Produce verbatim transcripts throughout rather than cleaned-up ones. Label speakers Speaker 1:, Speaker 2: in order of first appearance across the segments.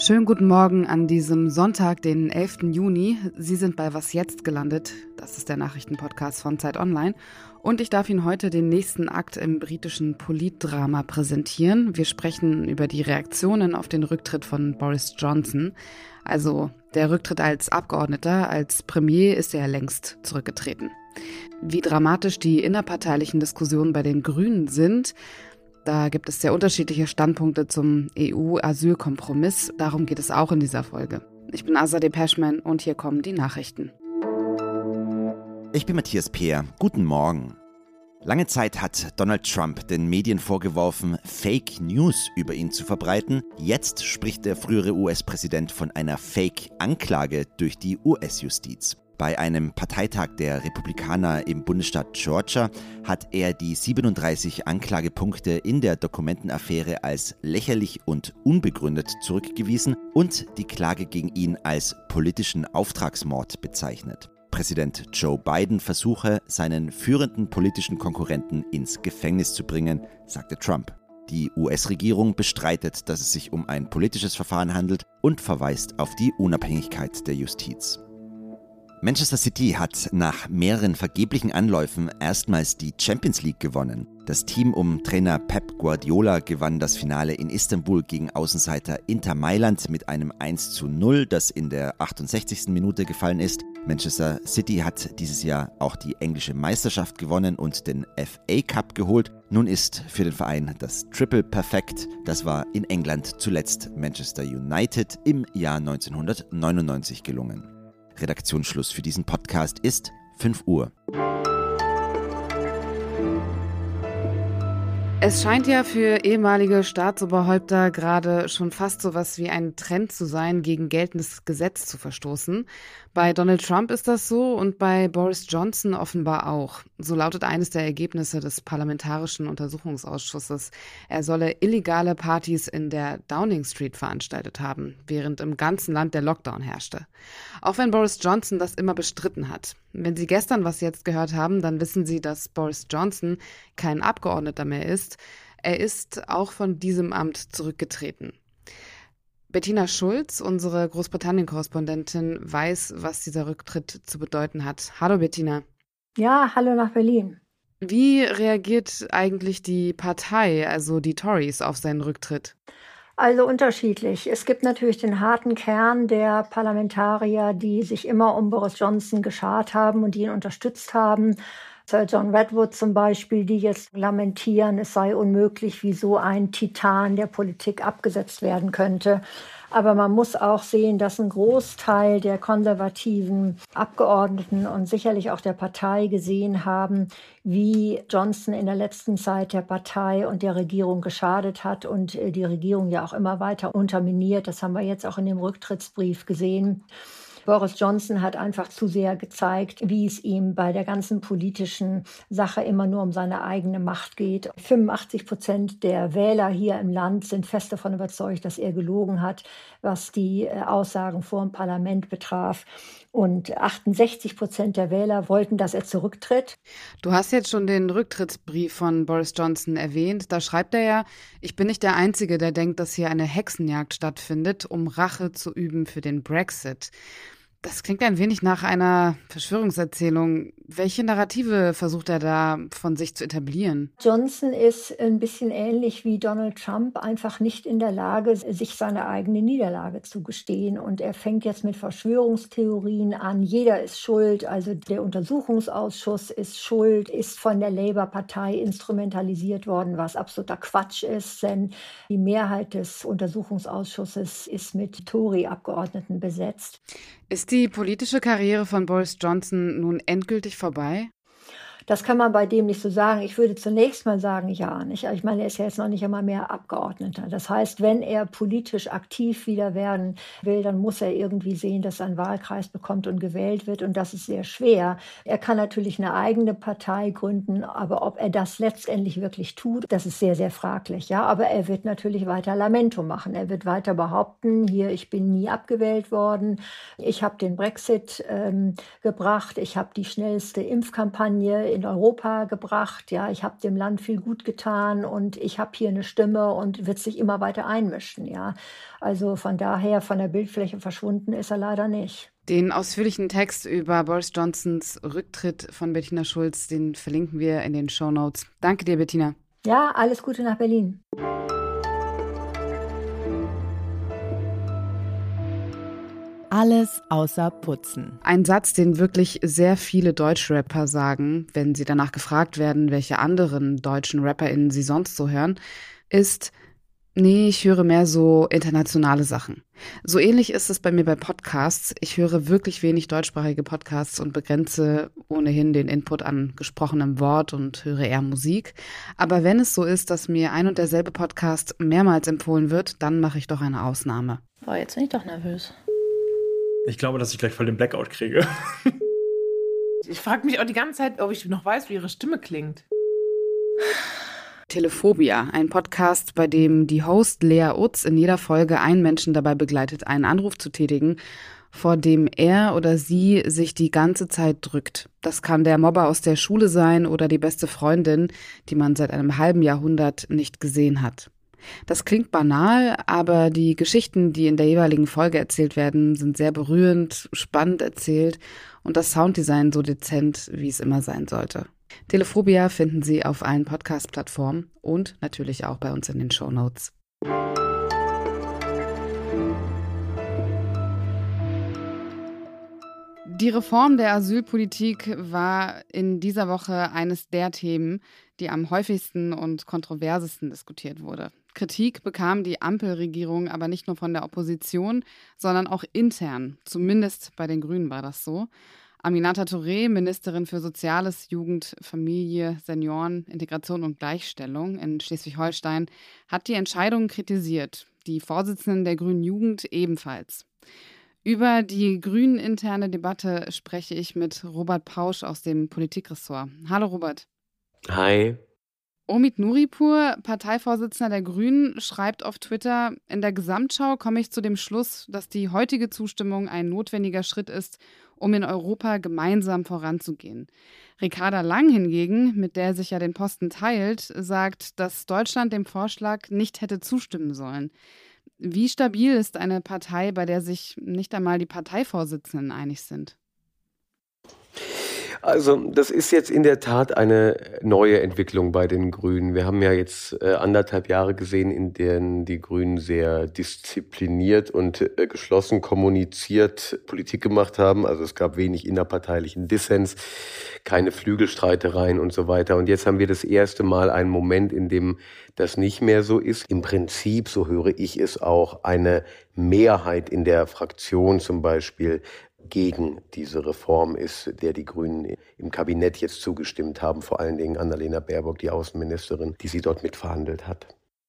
Speaker 1: Schönen guten Morgen an diesem Sonntag, den elften Juni. Sie sind bei Was jetzt gelandet. Das ist der Nachrichtenpodcast von Zeit Online. Und ich darf Ihnen heute den nächsten Akt im britischen Politdrama präsentieren. Wir sprechen über die Reaktionen auf den Rücktritt von Boris Johnson. Also der Rücktritt als Abgeordneter, als Premier ist er längst zurückgetreten. Wie dramatisch die innerparteilichen Diskussionen bei den Grünen sind, da gibt es sehr unterschiedliche Standpunkte zum E U-Asylkompromiss. Darum geht es auch in dieser Folge. Ich bin Azadeh Peschman und hier kommen die Nachrichten.
Speaker 2: Ich bin Matthias Peer. Guten Morgen. Lange Zeit hat Donald Trump den Medien vorgeworfen, Fake News über ihn zu verbreiten. Jetzt spricht der frühere U S-Präsident von einer Fake-Anklage durch die U S-Justiz. Bei einem Parteitag der Republikaner im Bundesstaat Georgia hat er die siebenunddreißig Anklagepunkte in der Dokumentenaffäre als lächerlich und unbegründet zurückgewiesen und die Klage gegen ihn als politischen Auftragsmord bezeichnet. Präsident Joe Biden versuche, seinen führenden politischen Konkurrenten ins Gefängnis zu bringen, sagte Trump. Die U S-Regierung bestreitet, dass es sich um ein politisches Verfahren handelt und verweist auf die Unabhängigkeit der Justiz. Manchester City hat nach mehreren vergeblichen Anläufen erstmals die Champions League gewonnen. Das Team um Trainer Pep Guardiola gewann das Finale in Istanbul gegen Außenseiter Inter Mailand mit einem eins zu null, das in der achtundsechzigsten Minute gefallen ist. Manchester City hat dieses Jahr auch die englische Meisterschaft gewonnen und den F A Cup geholt. Nun ist für den Verein das Triple perfekt. Das war in England zuletzt Manchester United im Jahr neunzehnhundertneunundneunzig gelungen. Redaktionsschluss für diesen Podcast ist fünf Uhr.
Speaker 1: Es scheint ja für ehemalige Staatsoberhäupter gerade schon fast sowas wie ein Trend zu sein, gegen geltendes Gesetz zu verstoßen. Bei Donald Trump ist das so und bei Boris Johnson offenbar auch. So lautet eines der Ergebnisse des Parlamentarischen Untersuchungsausschusses. Er solle illegale Partys in der Downing Street veranstaltet haben, während im ganzen Land der Lockdown herrschte. Auch wenn Boris Johnson das immer bestritten hat. Wenn Sie gestern Was jetzt gehört haben, dann wissen Sie, dass Boris Johnson kein Abgeordneter mehr ist. Er ist auch von diesem Amt zurückgetreten. Bettina Schulz, unsere Großbritannien-Korrespondentin, weiß, was dieser Rücktritt zu bedeuten hat. Hallo Bettina.
Speaker 3: Ja, hallo nach Berlin.
Speaker 1: Wie reagiert eigentlich die Partei, also die Tories, auf seinen Rücktritt?
Speaker 3: Also unterschiedlich. Es gibt natürlich den harten Kern der Parlamentarier, die sich immer um Boris Johnson geschart haben und die ihn unterstützt haben. Sir John Redwood zum Beispiel, die jetzt lamentieren, es sei unmöglich, wie so ein Titan der Politik abgesetzt werden könnte. Aber man muss auch sehen, dass ein Großteil der konservativen Abgeordneten und sicherlich auch der Partei gesehen haben, wie Johnson in der letzten Zeit der Partei und der Regierung geschadet hat und die Regierung ja auch immer weiter unterminiert. Das haben wir jetzt auch in dem Rücktrittsbrief gesehen. Boris Johnson hat einfach zu sehr gezeigt, wie es ihm bei der ganzen politischen Sache immer nur um seine eigene Macht geht. fünfundachtzig Prozent der Wähler hier im Land sind fest davon überzeugt, dass er gelogen hat, was die Aussagen vor dem Parlament betraf. Und achtundsechzig Prozent der Wähler wollten, dass er zurücktritt.
Speaker 1: Du hast jetzt schon den Rücktrittsbrief von Boris Johnson erwähnt. Da schreibt er ja, ich bin nicht der Einzige, der denkt, dass hier eine Hexenjagd stattfindet, um Rache zu üben für den Brexit. Das klingt ein wenig nach einer Verschwörungserzählung. Welche Narrative versucht er da von sich zu etablieren?
Speaker 3: Johnson ist ein bisschen ähnlich wie Donald Trump einfach nicht in der Lage, sich seine eigene Niederlage zu gestehen. Und er fängt jetzt mit Verschwörungstheorien an. Jeder ist schuld. Also der Untersuchungsausschuss ist schuld, ist von der Labour-Partei instrumentalisiert worden, was absoluter Quatsch ist. Denn die Mehrheit des Untersuchungsausschusses ist mit Tory-Abgeordneten besetzt.
Speaker 1: Ist die politische Karriere von Boris Johnson nun endgültig vorbei?
Speaker 3: Das kann man bei dem nicht so sagen. Ich würde zunächst mal sagen, ja. Nicht? Ich meine, er ist ja jetzt noch nicht einmal mehr Abgeordneter. Das heißt, wenn er politisch aktiv wieder werden will, dann muss er irgendwie sehen, dass er einen Wahlkreis bekommt und gewählt wird. Und das ist sehr schwer. Er kann natürlich eine eigene Partei gründen, aber ob er das letztendlich wirklich tut, das ist sehr, sehr fraglich. Ja, aber er wird natürlich weiter Lamento machen. Er wird weiter behaupten, hier, ich bin nie abgewählt worden. Ich habe den Brexit ähm, gebracht. Ich habe die schnellste Impfkampagne in Europa gebracht. Ja, ich habe dem Land viel gut getan und ich habe hier eine Stimme und wird sich immer weiter einmischen. Ja, also von daher von der Bildfläche verschwunden ist er leider nicht.
Speaker 1: Den ausführlichen Text über Boris Johnsons Rücktritt von Bettina Schulz, den verlinken wir in den Shownotes. Danke dir, Bettina.
Speaker 3: Ja, alles Gute nach Berlin.
Speaker 4: Alles außer Putzen.
Speaker 1: Ein Satz, den wirklich sehr viele Deutschrapper sagen, wenn sie danach gefragt werden, welche anderen deutschen RapperInnen sie sonst so hören, ist: Nee, ich höre mehr so internationale Sachen. So ähnlich ist es bei mir bei Podcasts. Ich höre wirklich wenig deutschsprachige Podcasts und begrenze ohnehin den Input an gesprochenem Wort und höre eher Musik. Aber wenn es so ist, dass mir ein und derselbe Podcast mehrmals empfohlen wird, dann mache ich doch eine Ausnahme.
Speaker 5: Boah, jetzt bin ich doch nervös.
Speaker 6: Ich glaube, dass ich gleich voll den Blackout kriege.
Speaker 7: Ich frage mich auch die ganze Zeit, ob ich noch weiß, wie ihre Stimme klingt.
Speaker 1: Telephobia, ein Podcast, bei dem die Host Lea Utz in jeder Folge einen Menschen dabei begleitet, einen Anruf zu tätigen, vor dem er oder sie sich die ganze Zeit drückt. Das kann der Mobber aus der Schule sein oder die beste Freundin, die man seit einem halben Jahrhundert nicht gesehen hat. Das klingt banal, aber die Geschichten, die in der jeweiligen Folge erzählt werden, sind sehr berührend, spannend erzählt und das Sounddesign so dezent, wie es immer sein sollte. Telephobia finden Sie auf allen Podcast-Plattformen und natürlich auch bei uns in den Shownotes. Die Reform der Asylpolitik war in dieser Woche eines der Themen, die am häufigsten und kontroversesten diskutiert wurde. Kritik bekam die Ampelregierung aber nicht nur von der Opposition, sondern auch intern. Zumindest bei den Grünen war das so. Aminata Touré, Ministerin für Soziales, Jugend, Familie, Senioren, Integration und Gleichstellung in Schleswig-Holstein, hat die Entscheidung kritisiert. Die Vorsitzenden der Grünen Jugend ebenfalls. Über die Grünen-interne Debatte spreche ich mit Robert Pausch aus dem Politikressort. Hallo Robert.
Speaker 8: Hi.
Speaker 1: Omid Nuripur, Parteivorsitzender der Grünen, schreibt auf Twitter: In der Gesamtschau komme ich zu dem Schluss, dass die heutige Zustimmung ein notwendiger Schritt ist, um in Europa gemeinsam voranzugehen. Ricarda Lang hingegen, mit der sich ja den Posten teilt, sagt, dass Deutschland dem Vorschlag nicht hätte zustimmen sollen. Wie stabil ist eine Partei, bei der sich nicht einmal die Parteivorsitzenden einig sind?
Speaker 8: Also das ist jetzt in der Tat eine neue Entwicklung bei den Grünen. Wir haben ja jetzt äh, anderthalb Jahre gesehen, in denen die Grünen sehr diszipliniert und äh, geschlossen kommuniziert Politik gemacht haben. Also es gab wenig innerparteilichen Dissens, keine Flügelstreitereien und so weiter. Und jetzt haben wir das erste Mal einen Moment, in dem das nicht mehr so ist. Im Prinzip, so höre ich es auch, eine Mehrheit in der Fraktion zum Beispiel gegen diese Reform ist, der die Grünen im Kabinett jetzt zugestimmt haben, vor allen Dingen Annalena Baerbock, die Außenministerin, die sie dort mitverhandelt hat.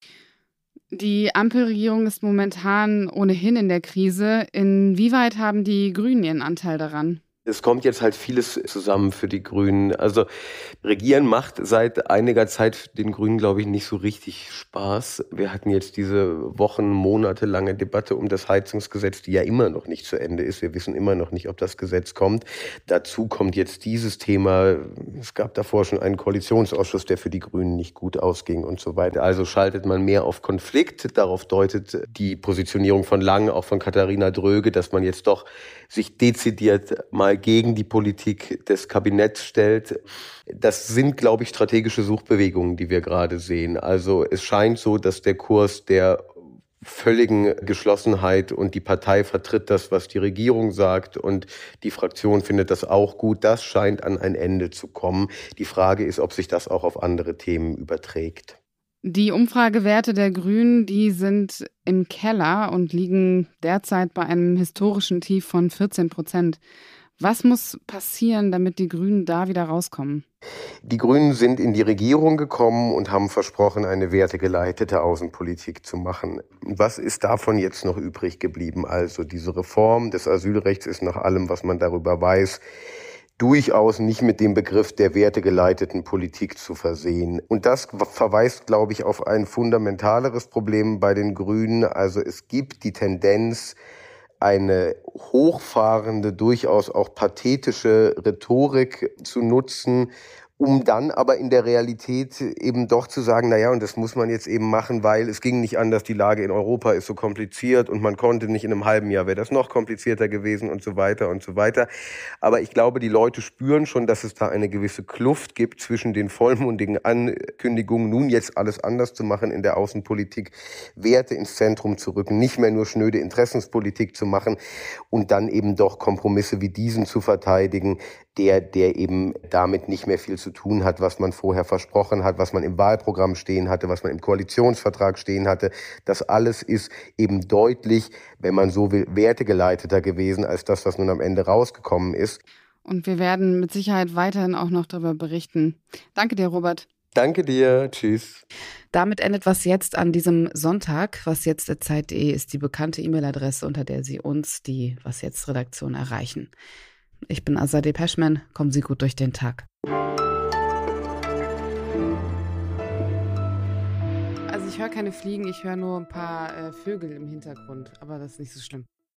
Speaker 1: Die Ampelregierung ist momentan ohnehin in der Krise. Inwieweit haben die Grünen ihren Anteil daran?
Speaker 8: Es kommt jetzt halt vieles zusammen für die Grünen. Also Regieren macht seit einiger Zeit den Grünen, glaube ich, nicht so richtig Spaß. Wir hatten jetzt diese Wochen, Monate lange Debatte um das Heizungsgesetz, die ja immer noch nicht zu Ende ist. Wir wissen immer noch nicht, ob das Gesetz kommt. Dazu kommt jetzt dieses Thema. Es gab davor schon einen Koalitionsausschuss, der für die Grünen nicht gut ausging und so weiter. Also schaltet man mehr auf Konflikt. Darauf deutet die Positionierung von Lang, auch von Katharina Dröge, dass man jetzt doch sich dezidiert mal gegen die Politik des Kabinetts stellt. Das sind, glaube ich, strategische Suchbewegungen, die wir gerade sehen. Also es scheint so, dass der Kurs der völligen Geschlossenheit und die Partei vertritt das, was die Regierung sagt und die Fraktion findet das auch gut. Das scheint an ein Ende zu kommen. Die Frage ist, ob sich das auch auf andere Themen überträgt.
Speaker 1: Die Umfragewerte der Grünen, die sind im Keller und liegen derzeit bei einem historischen Tief von vierzehn Prozent. Was muss passieren, damit die Grünen da wieder rauskommen?
Speaker 8: Die Grünen sind in die Regierung gekommen und haben versprochen, eine wertegeleitete Außenpolitik zu machen. Was ist davon jetzt noch übrig geblieben? Also diese Reform des Asylrechts ist nach allem, was man darüber weiß, durchaus nicht mit dem Begriff der wertegeleiteten Politik zu versehen. Und das verweist, glaube ich, auf ein fundamentaleres Problem bei den Grünen. Also es gibt die Tendenz, eine hochfahrende, durchaus auch pathetische Rhetorik zu nutzen, um dann aber in der Realität eben doch zu sagen, naja, und das muss man jetzt eben machen, weil es ging nicht anders, die Lage in Europa ist so kompliziert und man konnte nicht, in einem halben Jahr wäre das noch komplizierter gewesen und so weiter und so weiter. Aber ich glaube, die Leute spüren schon, dass es da eine gewisse Kluft gibt zwischen den vollmundigen Ankündigungen, nun jetzt alles anders zu machen in der Außenpolitik, Werte ins Zentrum zu rücken, nicht mehr nur schnöde Interessenspolitik zu machen und dann eben doch Kompromisse wie diesen zu verteidigen, der, der eben damit nicht mehr viel zu tun hat, was man vorher versprochen hat, was man im Wahlprogramm stehen hatte, was man im Koalitionsvertrag stehen hatte. Das alles ist eben deutlich, wenn man so will, wertegeleiteter gewesen als das, was nun am Ende rausgekommen ist.
Speaker 1: Und wir werden mit Sicherheit weiterhin auch noch darüber berichten. Danke dir, Robert.
Speaker 8: Danke dir. Tschüss.
Speaker 1: Damit endet Was Jetzt an diesem Sonntag. wasjetzt.zeit punkt de ist die bekannte E-Mail-Adresse, unter der Sie uns, die Was Jetzt-Redaktion, erreichen. Ich bin Azadeh Peschman. Kommen Sie gut durch den Tag. Also ich höre keine Fliegen, ich höre nur ein paar äh, Vögel im Hintergrund, aber das ist nicht so schlimm.